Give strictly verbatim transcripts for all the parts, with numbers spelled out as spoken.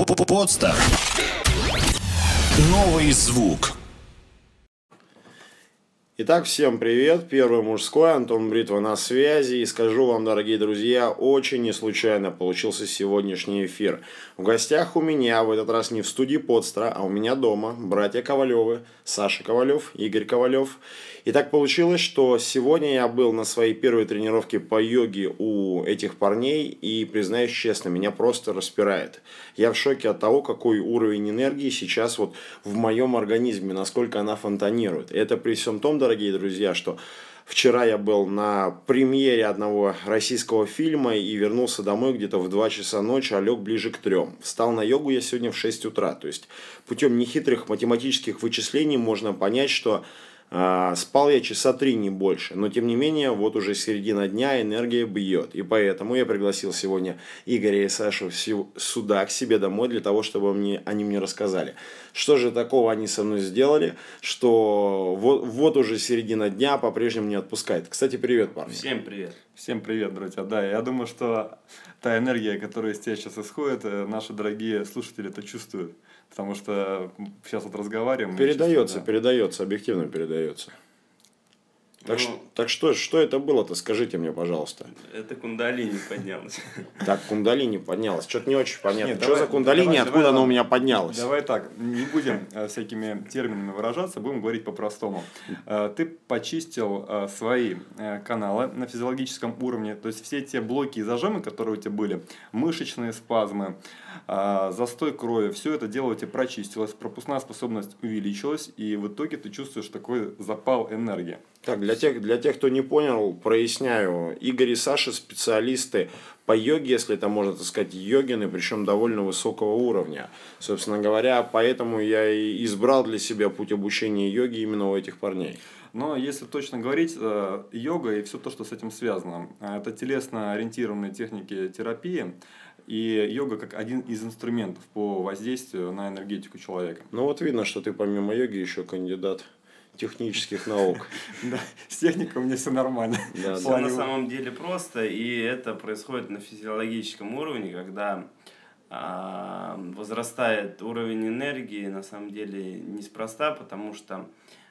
Подстер. Новый звук. Итак, всем привет, Первый мужской, Антон Бритва на связи, и скажу вам, дорогие друзья, очень не случайно получился сегодняшний эфир. В гостях у меня, в этот раз не в студии Подстера, а у меня дома, братья Ковалевы, Саша Ковалев, Игорь Ковалев. И так получилось, что сегодня я был на своей первой тренировке по йоге у этих парней, и, признаюсь честно, меня просто распирает. Я в шоке от того, какой уровень энергии сейчас вот в моем организме, насколько она фонтанирует. И это при всем том, дорогие друзья, что вчера я был на премьере одного российского фильма и вернулся домой где-то в два часа ночи, а лег ближе к трем. Встал на йогу я сегодня в шесть утра. То есть путем нехитрых математических вычислений можно понять, что э, спал я часа три, не больше. Но тем не менее, вот уже середина дня, энергия бьет. И поэтому я пригласил сегодня Игоря и Сашу сюда, к себе домой, для того, чтобы мне, они мне рассказали, что же такого они со мной сделали, что вот, вот уже середина дня по-прежнему не отпускает. Кстати, привет, парни. Всем привет. Всем привет, друзья. Да, я думаю, что та энергия, которая из тебя сейчас исходит, наши дорогие слушатели это чувствуют. Потому что сейчас вот разговариваем. Передается, чувствуем, да. передается, объективно передается. Так, Ну, что, так что, что это было-то, скажите мне, пожалуйста. Это кундалини поднялось. Так, кундалини поднялась. Что-то не очень понятно. Нет, что давай, за кундалини, давай, откуда давай, она давай, у меня поднялась? Давай так, не будем э, всякими терминами выражаться, будем говорить по-простому. Э, ты почистил э, свои э, каналы на физиологическом уровне, то есть все те блоки и зажимы, которые у тебя были, мышечные спазмы, э, застой крови, все это дело у тебя прочистилось, пропускная способность увеличилась, и в итоге ты чувствуешь такой запал энергии. Так, для тех, для тех, кто не понял, проясняю. Игорь и Саша специалисты по йоге, если это можно так сказать, йогины, причем довольно высокого уровня. Собственно говоря, поэтому я и избрал для себя путь обучения йоге именно у этих парней. Но если точно говорить, йога и все то, что с этим связано, это телесно-ориентированные техники терапии, и йога как один из инструментов по воздействию на энергетику человека. Ну вот видно, что ты помимо йоги еще кандидат технических наук. Да, с техникой у меня все нормально. Да, Все на самом деле просто, и это происходит на физиологическом уровне, когда а, возрастает уровень энергии, на самом деле неспроста, потому что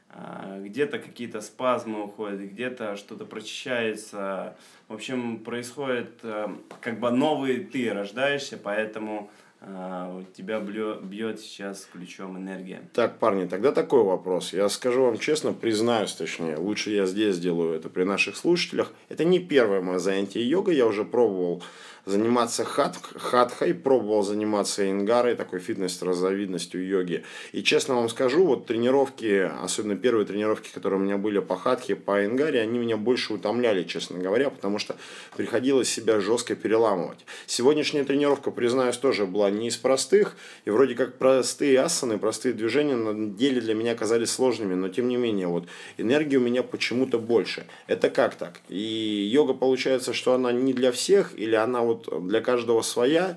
а, где-то какие-то спазмы уходят, где-то что-то прочищается. В общем, происходит а, как бы новый ты рождаешься, поэтому Uh, тебя бьет сейчас ключом энергия. Так, парни, тогда такой вопрос. Я скажу вам честно, признаюсь точнее, лучше я здесь сделаю это при наших слушателях. Это не первое мое занятие йогой, я уже пробовал заниматься хат, хатхой, пробовал заниматься ингарой, такой фитнес-разновидностью йоги. И честно вам скажу, вот тренировки, особенно первые тренировки, которые у меня были по хатхе, по ингаре, они меня больше утомляли, честно говоря, потому что приходилось себя жестко переламывать. Сегодняшняя тренировка, признаюсь, тоже была не из простых, и вроде как простые асаны, простые движения на деле для меня казались сложными, но тем не менее, вот энергии у меня почему-то больше. Это как так? И йога, получается, что она не для всех, или она вот для каждого своя,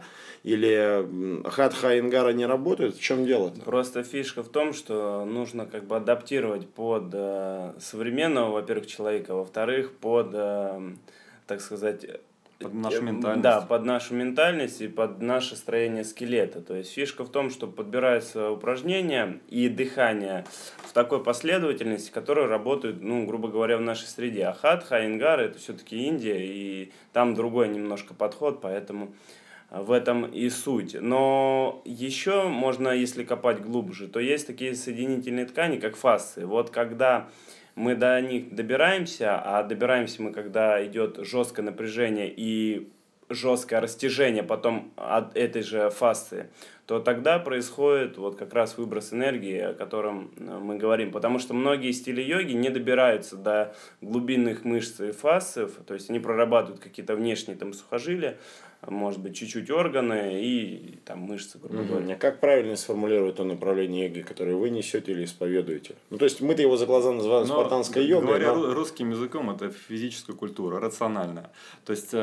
или хатха и ингара не работают? В чем дело-то? Просто фишка в том, что нужно как бы адаптировать под э, современного, во-первых, человека, во-вторых, под, э, так сказать, под нашу ментальность. Да, под нашу ментальность и под наше строение скелета. То есть фишка в том, что подбираются упражнения и дыхание в такой последовательности, которые работают, ну, грубо говоря, в нашей среде. А хатха, ингара — это все-таки Индия, и там другой немножко подход, поэтому в этом и суть. Но еще можно, если копать глубже, то есть такие соединительные ткани, как фасции. Вот когда мы до них добираемся, а добираемся мы, когда идет жесткое напряжение и жесткое растяжение потом от этой же фасции, то тогда происходит вот как раз выброс энергии, о котором мы говорим. Потому что многие стили йоги не добираются до глубинных мышц и фасций, то есть они прорабатывают какие-то внешние там сухожилия, может быть, чуть-чуть органы и там мышцы, грубо говоря. Угу. А как правильно сформулировать то направление йоги, которое вы несете или исповедуете? Ну, то есть мы-то его за глаза называем но, спартанской йогой. Говоря но... русским языком, это физическая культура, рациональная. То есть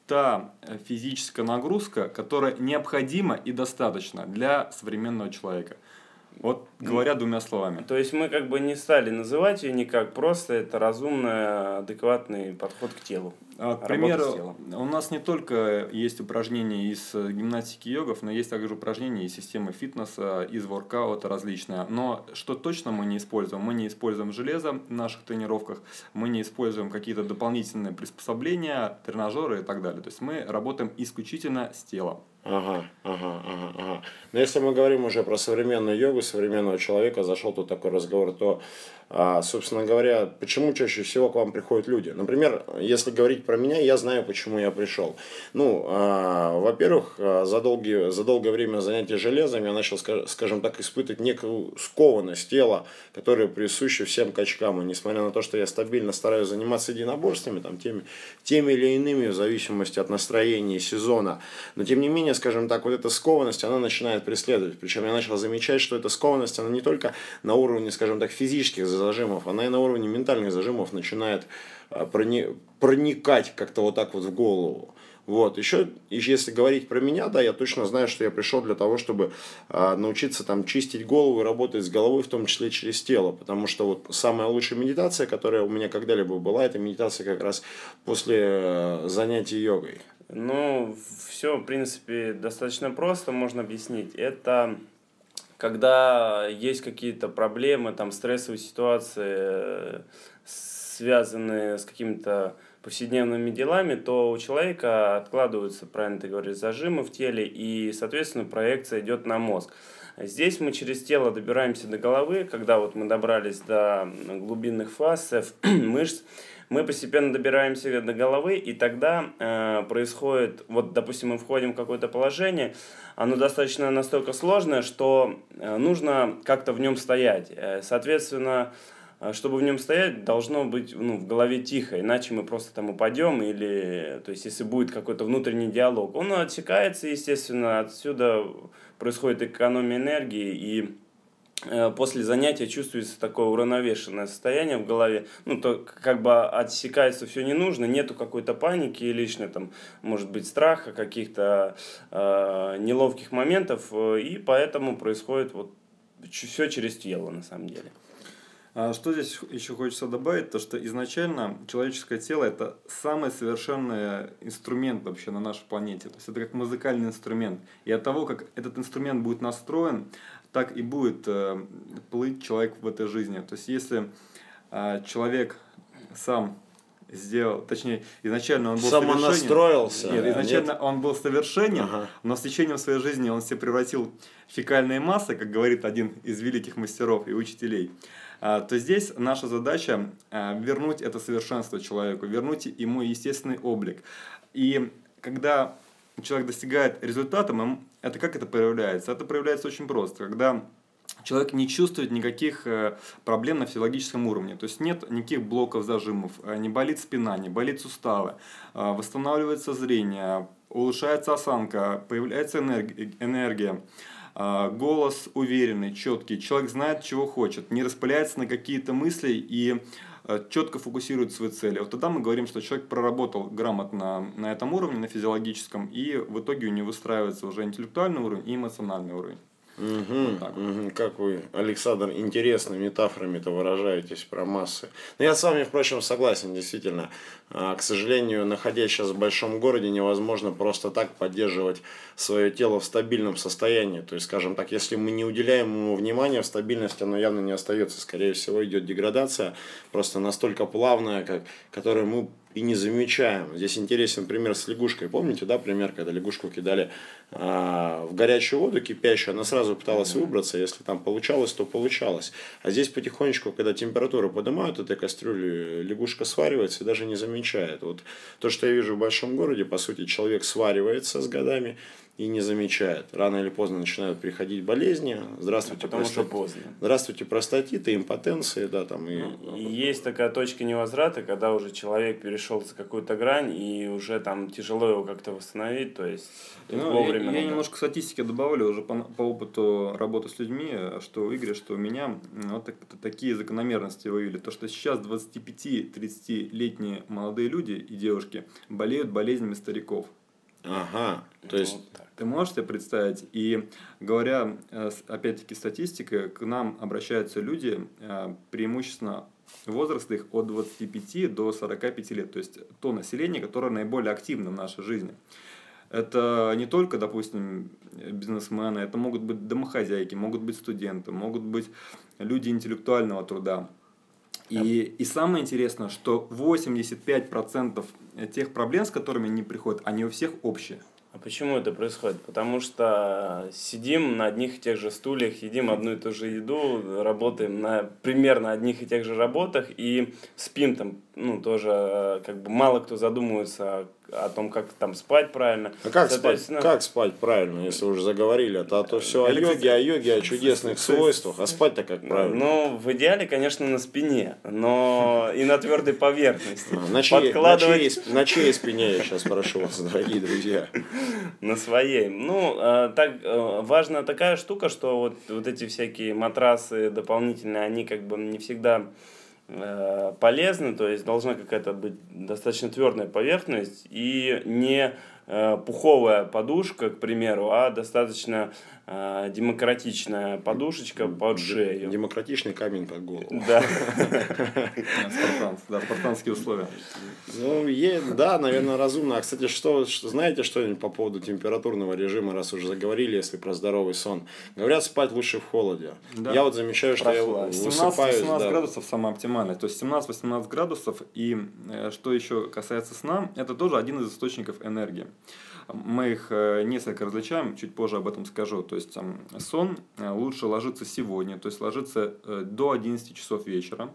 та физическая нагрузка, которая необходима и достаточна для современного человека. Вот говоря двумя словами. То есть мы как бы не стали называть ее никак, просто это разумный, адекватный подход к телу. А, к примеру, у нас не только есть упражнения из гимнастики, йогов, но есть также упражнения из системы фитнеса, из воркаута различные. Но что точно мы не используем? Мы не используем железо в наших тренировках, мы не используем какие-то дополнительные приспособления, тренажеры и так далее. То есть мы работаем исключительно с телом. Ага, ага, ага, ага. Но если мы говорим уже про современную йогу, современного человека, зашел тут такой разговор, то, а, собственно говоря, почему чаще всего к вам приходят люди? Например, если говорить про меня, я знаю, почему я пришел. Ну, а, во-первых, за, долгие, за долгое время занятия железом я начал, скажем так, испытывать некую скованность тела, которая присуща всем качкам. И несмотря на то, что я стабильно стараюсь заниматься единоборствами, там, теми, теми или иными, в зависимости от настроения и сезона, но тем не менее, скажем так, вот эта скованность, она начинает преследовать. Причем я начал замечать, что эта скованность, она не только на уровне, скажем так, физических зажимов, она и на уровне ментальных зажимов начинает проникать как-то вот так вот в голову. Вот. Еще, если говорить про меня, да, я точно знаю, что я пришел для того, чтобы а, научиться там чистить голову и работать с головой, в том числе через тело. Потому что вот самая лучшая медитация, которая у меня когда-либо была, это медитация как раз после э, занятий йогой. Ну, все, в принципе, достаточно просто можно объяснить. Это когда есть какие-то проблемы, там, стрессовые ситуации, связанные с какими-то повседневными делами, то у человека откладываются, правильно ты говоришь, зажимы в теле, и, соответственно, проекция идет на мозг. Здесь мы через тело добираемся до головы, когда вот мы добрались до глубинных фаз, мышц, мы постепенно добираемся до головы, и тогда э, происходит, вот, допустим, мы входим в какое-то положение, оно достаточно настолько сложное, что э, нужно как-то в нем стоять. Э, соответственно, чтобы в нем стоять, должно быть, ну, в голове тихо, иначе мы просто там упадем, или, то есть, если будет какой-то внутренний диалог, он отсекается, естественно, отсюда происходит экономия энергии, и после занятия чувствуется такое уравновешенное состояние в голове, ну, то как бы отсекается все не нужно, нету какой-то паники и лишнего, там, может быть, страха, каких-то э, неловких моментов, и поэтому происходит вот все через тело, на самом деле. А что здесь еще хочется добавить, то что изначально человеческое тело это самый совершенный инструмент вообще на нашей планете, то есть это как музыкальный инструмент, и от того, как этот инструмент будет настроен, так и будет э, плыть человек в этой жизни. То есть если э, человек сам сделал, точнее, изначально он был самонастроился. Нет, изначально нет? он был совершенен, ага. но с течением своей жизни он себя превратил в фекальные массы, как говорит один из великих мастеров и учителей. А, то здесь наша задача а, вернуть это совершенство человеку, вернуть ему естественный облик. И когда человек достигает результата, это как это проявляется? Это проявляется очень просто, когда человек не чувствует никаких проблем на физиологическом уровне, то есть нет никаких блоков, зажимов, не болит спина, не болит суставы, восстанавливается зрение, улучшается осанка, появляется энергия, голос уверенный, четкий, человек знает, чего хочет, не распыляется на какие-то мысли и четко фокусирует свои цели. Вот тогда мы говорим, что человек проработал грамотно на этом уровне, на физиологическом, и в итоге у него выстраивается уже интеллектуальный уровень и эмоциональный уровень. Угу, вот так вот. угу. Как вы, Александр, интересно метафорами-то выражаетесь про массы. Но я с вами, впрочем, согласен, действительно. К сожалению, находясь сейчас в большом городе, невозможно просто так поддерживать свое тело в стабильном состоянии. То есть, скажем так, если мы не уделяем ему внимания, в стабильности оно явно не остается. Скорее всего, идет деградация, просто настолько плавная, как, которую мы и не замечаем. Здесь интересен пример с лягушкой. Помните, да, пример, когда лягушку кидали а, в горячую воду кипящую, она сразу пыталась выбраться, если там получалось, то получалось. А здесь потихонечку, когда температуру поднимают этой кастрюли, лягушка сваривается и даже не замечает. Вот то, что я вижу в большом городе, по сути, человек сваривается с годами и не замечает. Рано или поздно начинают приходить болезни. Здравствуйте, потому простат... что поздно. Здравствуйте, простатиты, импотенции, да, там и... и есть такая точка невозврата, когда уже человек перешел за какую-то грань, и уже там тяжело его как-то восстановить, то есть ну, вовремя. Я, я немножко статистики добавлю уже по, по опыту работы с людьми, что у Игоря, что у меня, вот так, такие закономерности выявили. То, что сейчас двадцатипяти-тридцатилетние молодые люди и девушки болеют болезнями стариков. Ага, то есть... Вот так. Ты можешь себе представить? И говоря, э, с- опять-таки, статистикой, к нам обращаются люди э, преимущественно возраст их от двадцати пяти до сорока пяти лет. То есть то население, которое наиболее активно в нашей жизни. Это не только, допустим, бизнесмены, это могут быть домохозяйки, могут быть студенты, могут быть люди интеллектуального труда. И, и самое интересное, что восемьдесят пять процентов тех проблем, с которыми они приходят, они у всех общие. А почему это происходит? Потому что сидим на одних и тех же стульях, едим одну и ту же еду, работаем на примерно одних и тех же работах и спим там, ну, тоже, э, как бы мало кто задумывается о, о том, как там спать правильно. А как спать, Соответственно, как спать правильно, если уже заговорили? А то, а то все о Это, йоге, кстати, о йоге, о чудесных свойствах. А спать-то как правильно? Ну, в идеале, конечно, на спине, но и на твердой поверхности. А, На чьей, на, Подкладывать чьей, на чьей спине я сейчас прошу вас, дорогие друзья? на своей. Ну, э, так, э, важная такая штука, что вот, вот эти всякие матрасы дополнительные, они как бы не всегда э, полезны, то есть должна какая-то быть достаточно твердая поверхность и не э, пуховая подушка, к примеру, а достаточно э, демократичная подушечка под шею. Демократичный камень под голову. Да. Спартанцы, да, спартанские условия. Ну, е- да, наверное, разумно. А, кстати, что, что знаете что-нибудь по поводу температурного режима, раз уже заговорили, если про здоровый сон? Говорят, спать лучше в холоде. Да. Я вот замечаю, что я Прохладно. высыпаюсь... семнадцать-восемнадцать да. градусов самое оптимальное. То есть семнадцать-восемнадцать градусов. И э, что еще касается сна, это тоже один из источников энергии. Мы их э, несколько различаем, чуть позже об этом скажу. То есть там, сон э, лучше ложиться сегодня, то есть ложиться э, до одиннадцати часов вечера.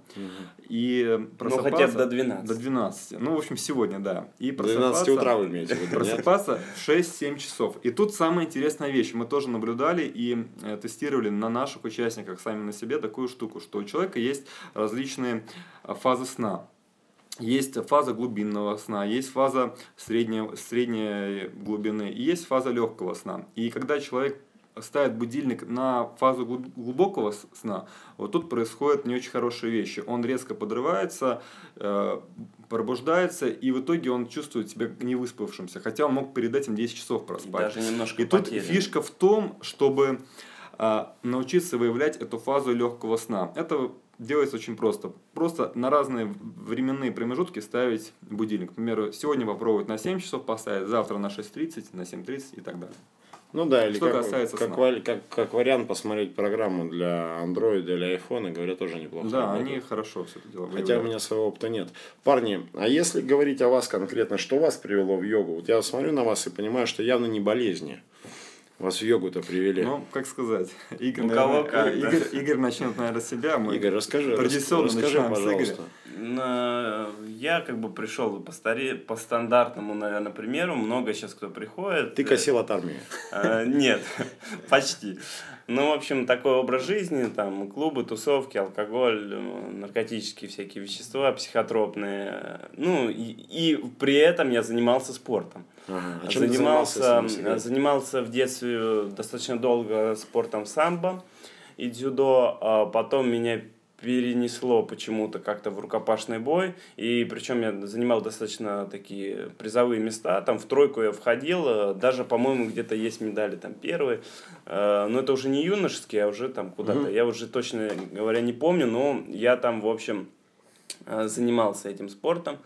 И Ну, просыпаться... хотя бы до двенадцати. До двенадцати. Ну, в общем, сегодня, да. И До двенадцати утра вы имеете в виду, нет? Просыпаться в шесть-семь часов. И тут самая интересная вещь. Мы тоже наблюдали и э, тестировали на наших участниках сами на себе такую штуку, что у человека есть различные э, фазы сна. Есть фаза глубинного сна, есть фаза средней, средней глубины и есть фаза легкого сна. И когда человек ставит будильник на фазу глуб- глубокого с- сна, вот тут происходят не очень хорошие вещи. Он резко подрывается, э, пробуждается, и в итоге он чувствует себя невыспавшимся, хотя он мог перед этим десять часов проспать. Даже немножко И тут потерян. фишка в том, чтобы а, научиться выявлять эту фазу легкого сна. Это делается очень просто. Просто на разные временные промежутки ставить будильник. К примеру, сегодня попробовать на семь часов поставить, завтра на шесть тридцать, на семь тридцать и так далее. Ну да, или Что как, касается как, сна. вари- как, как вариант посмотреть программу для Android или iPhone, говорят, тоже неплохо. Да, работает. они хорошо все это дело Хотя у выявляют. меня своего опыта нет. Парни, а если говорить о вас конкретно, что вас привело в йогу? Вот я смотрю на вас и понимаю, что явно не болезни. Вас в йогу-то привели. Ну, как сказать, Игорь, У кого наверное, как, да. Игорь, Игорь начнет, наверное, с себя. Мы Игорь, расскажи, традиционно расскажи, начинаем с пожалуйста. На- Я как бы пришел по, старе... по стандартному, наверное, примеру. Много сейчас кто приходит. Ты косил от армии. А, Нет, почти. Ну, в общем, такой образ жизни, там, клубы, тусовки, алкоголь, э, наркотические всякие вещества, психотропные. Ну, и, и при этом я занимался спортом. Ага. А чем ты занимался, занимался, если не секрет? занимался в детстве достаточно долго спортом самбо и дзюдо, а потом меня перенесло почему-то как-то в рукопашный бой, и причем я занимал достаточно такие призовые места, там в тройку я входил, э, даже, по-моему, где-то есть медали там первые, э, но это уже не юношеские, а уже там куда-то, Мгм. я уже точно говоря не помню, но я там, в общем, э, занимался этим спортом,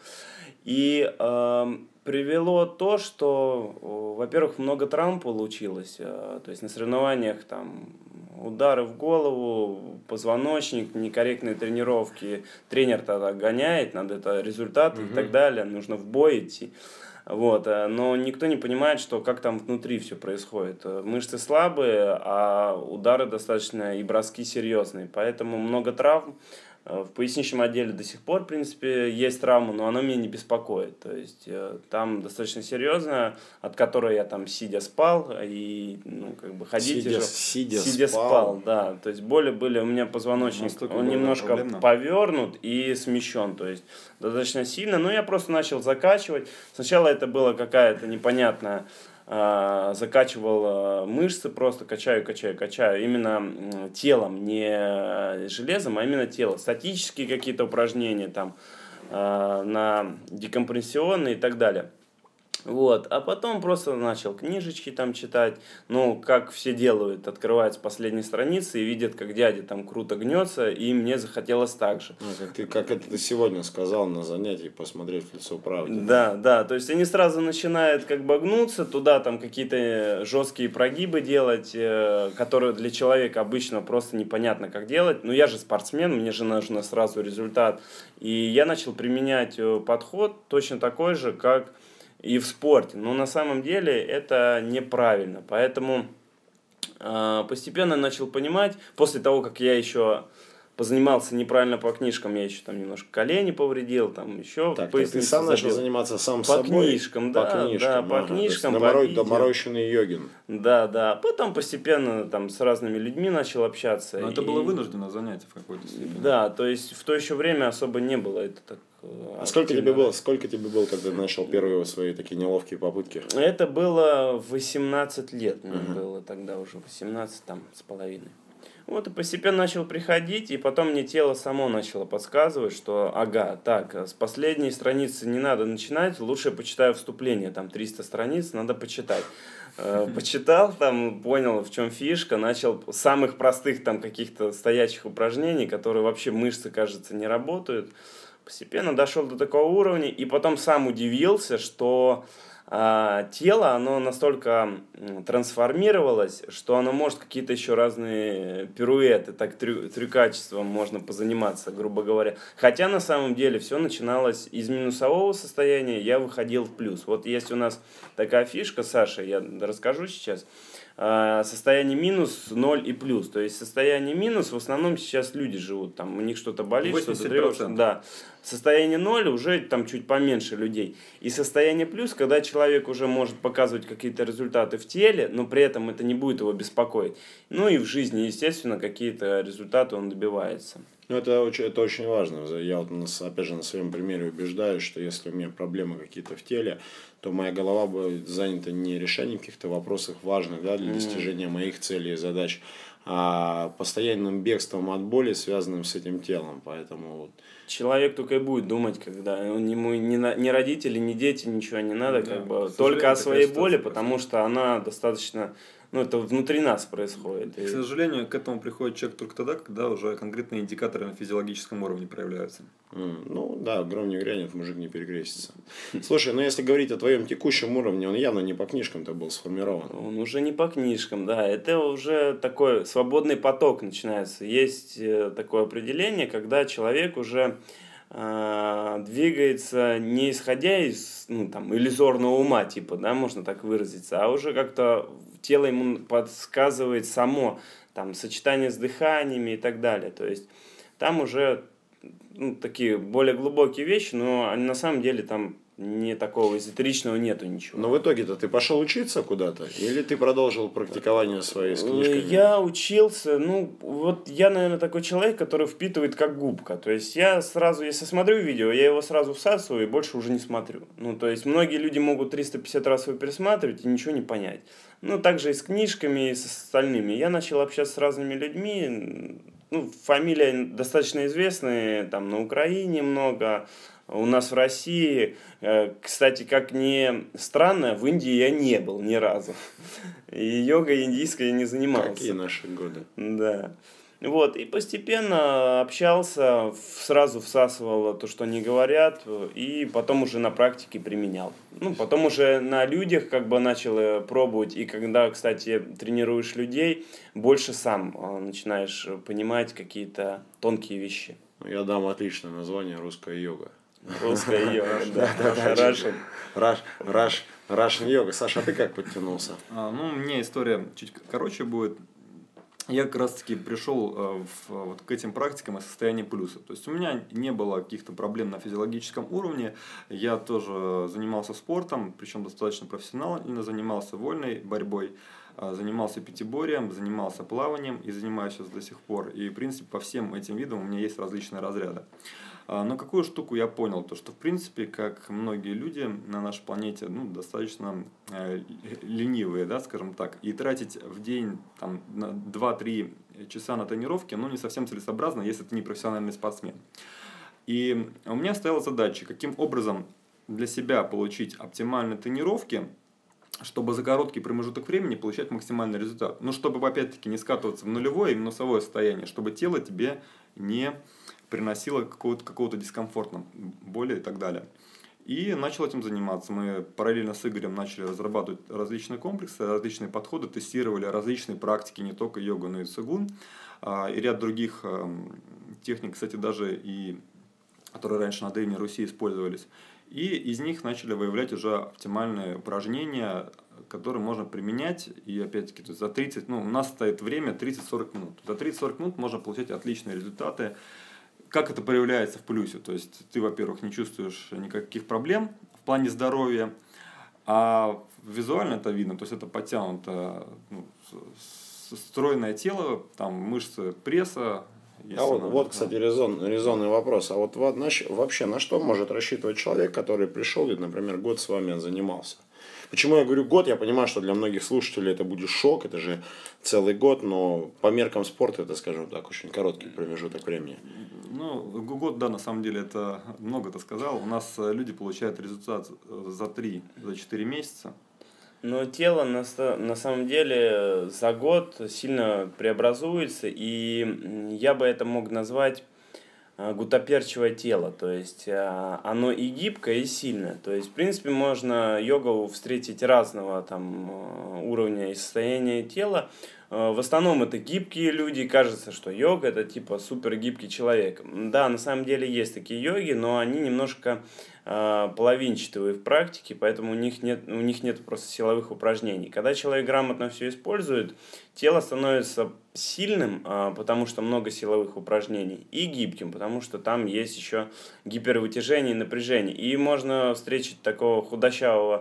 и э, привело то, что, э, во-первых, много травм получилось, э, то есть на соревнованиях там удары в голову, позвоночник, некорректные тренировки, тренер тогда гоняет, надо это результаты Мгм. и так далее, нужно в бой идти. Вот, э, но никто не понимает, что как там внутри все происходит. Э, Мышцы слабые, а удары достаточно и броски серьезные, поэтому много травм. Э, В поясничном отделе до сих пор, в принципе, есть травма, но она меня не беспокоит. То есть э, там достаточно серьезная, от которой я там сидя спал и ну как бы ходить Сидя- уже- сидя сидя спал. спал, да. То есть боли были у меня позвоночник, Настолько он было, да, немножко проблемно? повернут и смещен, то есть достаточно сильно. Но я просто начал закачивать. Сначала это было какая-то непонятная. а, Закачивал а, мышцы, просто качаю, качаю, качаю. Именно м, телом, не железом, а именно тело. Статические какие-то упражнения там а, на декомпрессионные и так далее. Вот, а потом просто начал книжечки там читать, ну, как все делают, открывают с последней страницы и видят, как дядя там круто гнется, и мне захотелось так же. Ну, как, ты, как это ты сегодня сказал на занятии, посмотреть в лицо правде. Да, да, то есть они сразу начинают как бы гнуться, туда там какие-то жесткие прогибы делать, э, которые для человека обычно просто непонятно как делать. Но я же спортсмен, мне же нужно сразу результат. И я начал применять подход точно такой же, как и в спорте. Но на самом деле это неправильно. Поэтому э, постепенно начал понимать, после того, как я еще позанимался неправильно по книжкам, я еще там немножко колени повредил, там еще так, так ты сам начал заниматься сам по собой? Книжкам, да, по книжкам, да, по ага. книжкам, по доморо... видео. Доморощенный йогин. Да, да. Потом постепенно там с разными людьми начал общаться. Но и... это было вынужденное занятие в какой-то степени. Да, то есть в то еще время особо не было это так. А сколько тебе было, сколько тебе было, когда ты начал первые свои такие неловкие попытки? Это было восемнадцать лет, мне uh-huh. было тогда уже, восемнадцать там с половиной. Вот и постепенно начал приходить, и потом мне тело само начало подсказывать, что ага, так, с последней страницы не надо начинать, лучше я почитаю вступление, там триста страниц, надо почитать. Почитал, там, понял, в чем фишка, начал с самых простых там каких-то стоячих упражнений, которые вообще мышцы, кажется, не работают. Постепенно дошел до такого уровня, и потом сам удивился, что а, тело, оно настолько трансформировалось, что оно может какие-то еще разные пируэты, так трю, трюкачеством можно позаниматься, грубо говоря. Хотя на самом деле все начиналось из минусового состояния, я выходил в плюс. Вот есть у нас такая фишка, Саша, я расскажу сейчас. Состояние минус, ноль и плюс. То есть состояние минус в основном сейчас люди живут, там у них что-то болит, что-то тревожит. Да. Состояние ноль уже там чуть поменьше людей. И состояние плюс, когда человек уже может показывать какие-то результаты в теле, но при этом это не будет его беспокоить. Ну и в жизни, естественно, какие-то результаты он добивается. Ну, это очень, это очень важно. Я вот, опять же, на своем примере убеждаюсь, что если у меня проблемы какие-то в теле, то моя голова будет занята не решением каких-то вопросов важных, да, для достижения моих целей и задач, а постоянным бегством от боли, связанным с этим телом. Поэтому вот. Человек только и будет думать, когда он, ему ни, ни родители, ни дети, ничего не надо, да, как бы, только о своей боли, потому что она достаточно... Ну, это внутри нас происходит. К сожалению, к этому приходит человек только тогда, когда уже конкретные индикаторы на физиологическом уровне проявляются. Mm, ну, да, гром не грянет, мужик не перекрестится. Слушай, ну если говорить о твоем текущем уровне, он явно не по книжкам-то был сформирован. Он уже не по книжкам, да. Это уже такой свободный поток начинается. Есть такое определение, когда человек уже э, двигается не исходя из ну, там, иллюзорного ума, типа, да, можно так выразиться, а уже как-то тело ему подсказывает само, там, сочетание с дыханиями и так далее. То есть там уже ну, такие более глубокие вещи, но на самом деле там не такого эзотеричного нету ничего. Но в итоге-то ты пошел учиться куда-то? Или ты продолжил практикование своей с книжками? Я учился, ну, вот я, наверное, такой человек, который впитывает как губка. То есть я сразу, если смотрю видео, я его сразу всасываю и больше уже не смотрю. Ну, то есть многие люди могут триста пятьдесят раз его пересматривать и ничего не понять. Ну, также и с книжками, и с остальными. Я начал общаться с разными людьми. Ну, фамилии достаточно известные, там на Украине много, у нас в России. Кстати, как ни странно, в Индии я не был ни разу. И йогой индийской я не занимался. Какие наши годы. Да. Вот, и постепенно общался, сразу всасывал то, что они говорят, и потом уже на практике применял. Ну, потом уже на людях как бы начал пробовать, и когда, кстати, тренируешь людей, больше сам начинаешь понимать какие-то тонкие вещи. Я дам отличное название «Русская йога». Русская йога, да. Russian. Russian Russian йога. Саша, а ты как подтянулся? А, ну, у меня история чуть короче будет. Я как раз таки пришел э, в, вот к этим практикам из состояния плюса. То есть у меня не было каких-то проблем на физиологическом уровне. Я тоже занимался спортом, причем достаточно профессионально, занимался вольной борьбой, э, занимался пятиборием, занимался плаванием и занимаюсь сейчас до сих пор. И в принципе по всем этим видам у меня есть различные разряды. Но какую штуку я понял, то что в принципе, как многие люди на нашей планете, ну, достаточно э, ленивые, да, скажем так, и тратить в день там, на два-три часа на тренировки, ну, не совсем целесообразно, если ты не профессиональный спортсмен. И у меня стояла задача, каким образом для себя получить оптимальные тренировки, чтобы за короткий промежуток времени получать максимальный результат. Но чтобы, опять-таки, не скатываться в нулевое и минусовое состояние, чтобы тело тебе не приносило какого-то, какого-то дискомфорта, боли и так далее. И начал этим заниматься. Мы параллельно с Игорем начали разрабатывать различные комплексы, различные подходы, тестировали различные практики, не только йогу, но и цигун, и ряд других техник, кстати, даже и которые раньше на Древней Руси использовались. И из них начали выявлять уже оптимальные упражнения, которые можно применять. И опять-таки за тридцать, ну, у нас стоит время тридцать-сорок минут. За тридцать-сорок минут можно получать отличные результаты. Как это проявляется в плюсе? То есть ты, во-первых, не чувствуешь никаких проблем в плане здоровья, а визуально это видно. То есть это подтянуто, ну, стройное тело, там мышцы пресса. А вот, вот, кстати, резон, резонный вопрос. А вот вообще на что может рассчитывать человек, который пришел и, например, год с вами занимался? Почему я говорю год? Я понимаю, что для многих слушателей это будет шок, это же целый год, но по меркам спорта это, скажем так, очень короткий промежуток времени. Ну, год, да, на самом деле, это много ты сказал. У нас люди получают результат за три, за четыре месяца. Но тело на, на самом деле за год сильно преобразуется, и я бы это мог назвать гутоперчивое тело, то есть оно и гибкое, и сильное. То есть, в принципе, можно йогу встретить разного там уровня и состояния тела. В основном это гибкие люди, кажется, что йога это типа супер гибкий человек. Да, на самом деле есть такие йоги, но они немножко э, половинчатые в практике, поэтому у них нет, у них нет просто силовых упражнений. Когда человек грамотно все использует, тело становится сильным, э, потому что много силовых упражнений, и гибким, потому что там есть еще гипервытяжение и напряжение. И можно встретить такого худощавого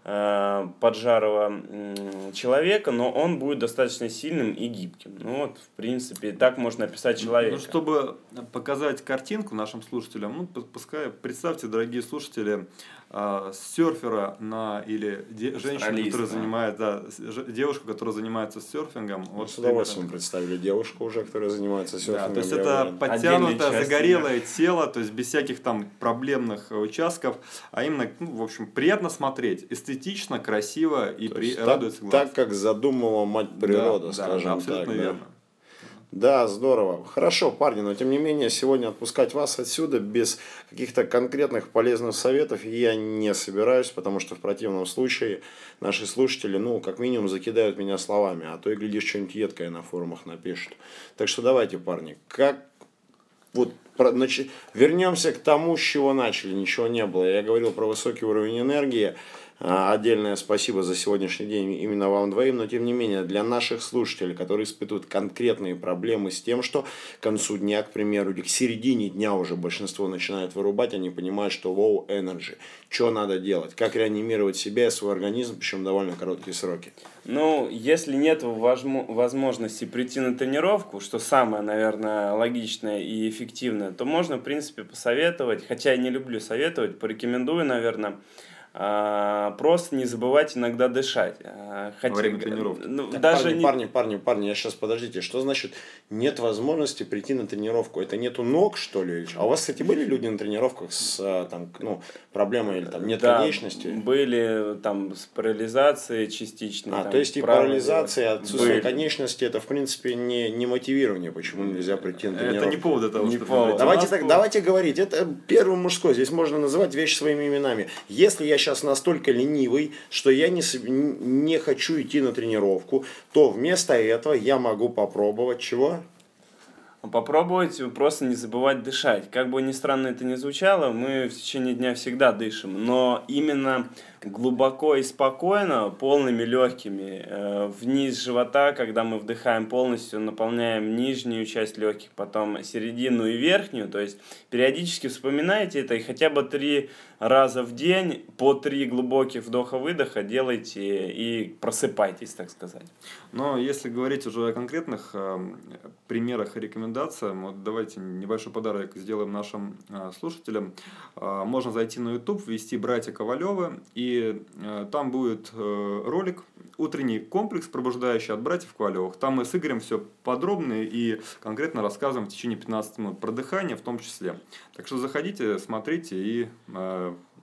поджарого человека, но он будет достаточно сильным и гибким. Ну вот, в принципе, так можно описать человека. Ну, чтобы показать картинку нашим слушателям, ну, пускай, представьте, дорогие слушатели, э, серфера на, или де, женщину, которая да. занимается, да, девушку, которая занимается серфингом. Мы вот с удовольствием примерно представили девушку уже, которая занимается серфингом. Да, то есть это подтянутое, загорелое тело, то есть без всяких там проблемных участков, а именно, ну, в общем, приятно смотреть, эстетично, красиво и при... радуется глаз. Так, как задумала мать природа, да, скажем да, абсолютно так. верно. Да, здорово. Хорошо, парни, но тем не менее, сегодня отпускать вас отсюда без каких-то конкретных полезных советов я не собираюсь, потому что в противном случае наши слушатели, ну, как минимум, закидают меня словами, а то и, глядишь, что-нибудь едкое на форумах напишут. Так что давайте, парни, как... Вот, про, нач... вернемся к тому, с чего начали, ничего не было. Я говорил про высокий уровень энергии. Отдельное спасибо за сегодняшний день именно вам двоим, но тем не менее для наших слушателей, которые испытывают конкретные проблемы с тем, что к концу дня, к примеру, или к середине дня уже большинство начинает вырубать, они понимают, что low energy, что надо делать, как реанимировать себя и свой организм, причем довольно короткие сроки. Ну, если нет возможности прийти на тренировку, что самое, наверное, логичное и эффективное, то можно, в принципе, посоветовать, хотя я не люблю советовать, порекомендую, наверное, просто не забывать иногда дышать. Хотя, во время тренировки. Ну, даже парни, не... парни, парни, парни, я сейчас, подождите, что значит нет возможности прийти на тренировку? Это нету ног, что ли? А у вас, кстати, были люди на тренировках с там, ну, проблемой или там нет да, конечности? Были там с парализацией частичной. А, там, то есть и парализация, отсутствие конечности, это в принципе не, не мотивирование, почему нельзя прийти на тренировку. Это не повод для того, не чтобы... повод. Давайте, так, давайте говорить, это первый мужской, здесь можно называть вещи своими именами. Если я сейчас настолько ленивый, что я не, не хочу идти на тренировку, то вместо этого я могу попробовать чего? Попробовать просто не забывать дышать. Как бы ни странно это ни звучало, мы в течение дня всегда дышим, но именно глубоко и спокойно, полными легкими, э, вниз живота, когда мы вдыхаем полностью, наполняем нижнюю часть легких, потом середину и верхнюю, то есть периодически вспоминайте это и хотя бы три раза в день по три глубоких вдоха-выдоха делайте и просыпайтесь, так сказать. Но если говорить уже о конкретных э, примерах и рекомендациях, вот давайте небольшой подарок сделаем нашим э, слушателям. Э, можно зайти на YouTube, ввести «Братья Ковалевы», и э, там будет э, ролик «Утренний комплекс, пробуждающий от братьев Ковалевых». Там мы с Игорем все подробно и конкретно рассказываем в течение пятнадцати минут про дыхание в том числе. Так что заходите, смотрите и э,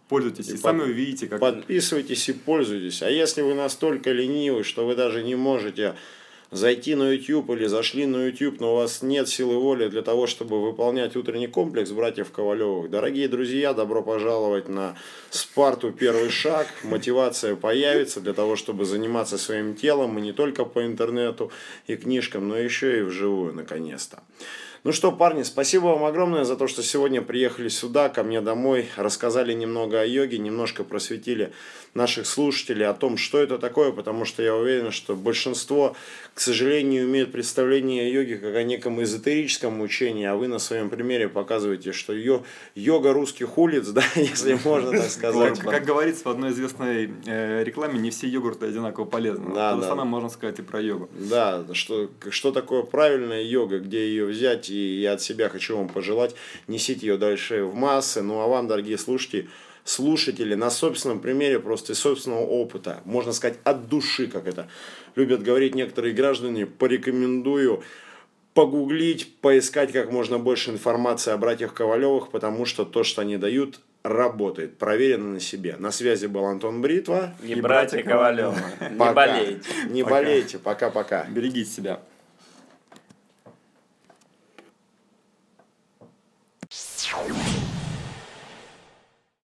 Пользуйтесь, и, и сами увидите, как... Подписывайтесь и пользуйтесь. А если вы настолько ленивы, что вы даже не можете зайти на YouTube или зашли на YouTube, но у вас нет силы воли для того, чтобы выполнять утренний комплекс братьев Ковалевых, дорогие друзья, добро пожаловать на Спарту «Первый шаг». Мотивация появится для того, чтобы заниматься своим телом, и не только по интернету и книжкам, но еще и вживую, наконец-то. Ну что, парни, спасибо вам огромное за то, что сегодня приехали сюда, ко мне домой, рассказали немного о йоге, немножко просветили наших слушателей о том, что это такое, потому что я уверен, что большинство, к сожалению, имеет представление о йоге как о неком эзотерическом учении, а вы на своем примере показываете, что йо, йога русских улиц, да, если можно так сказать. Как, как говорится в одной известной э, рекламе, не все йогурты одинаково полезны. Да, То же да. самое можно сказать и про йогу. Да, что, что такое правильная йога, где ее взять, и я от себя хочу вам пожелать, несите ее дальше в массы. Ну а вам, дорогие слушатели, слушатели, на собственном примере, просто из собственного опыта, можно сказать, от души, как это любят говорить некоторые граждане, порекомендую погуглить, поискать как можно больше информации о братьях Ковалевых, потому что то, что они дают, работает, проверено на себе. На связи был Антон Бритва и, и братья Ковалевы. Не болейте. Не болейте. Пока-пока. Берегите себя.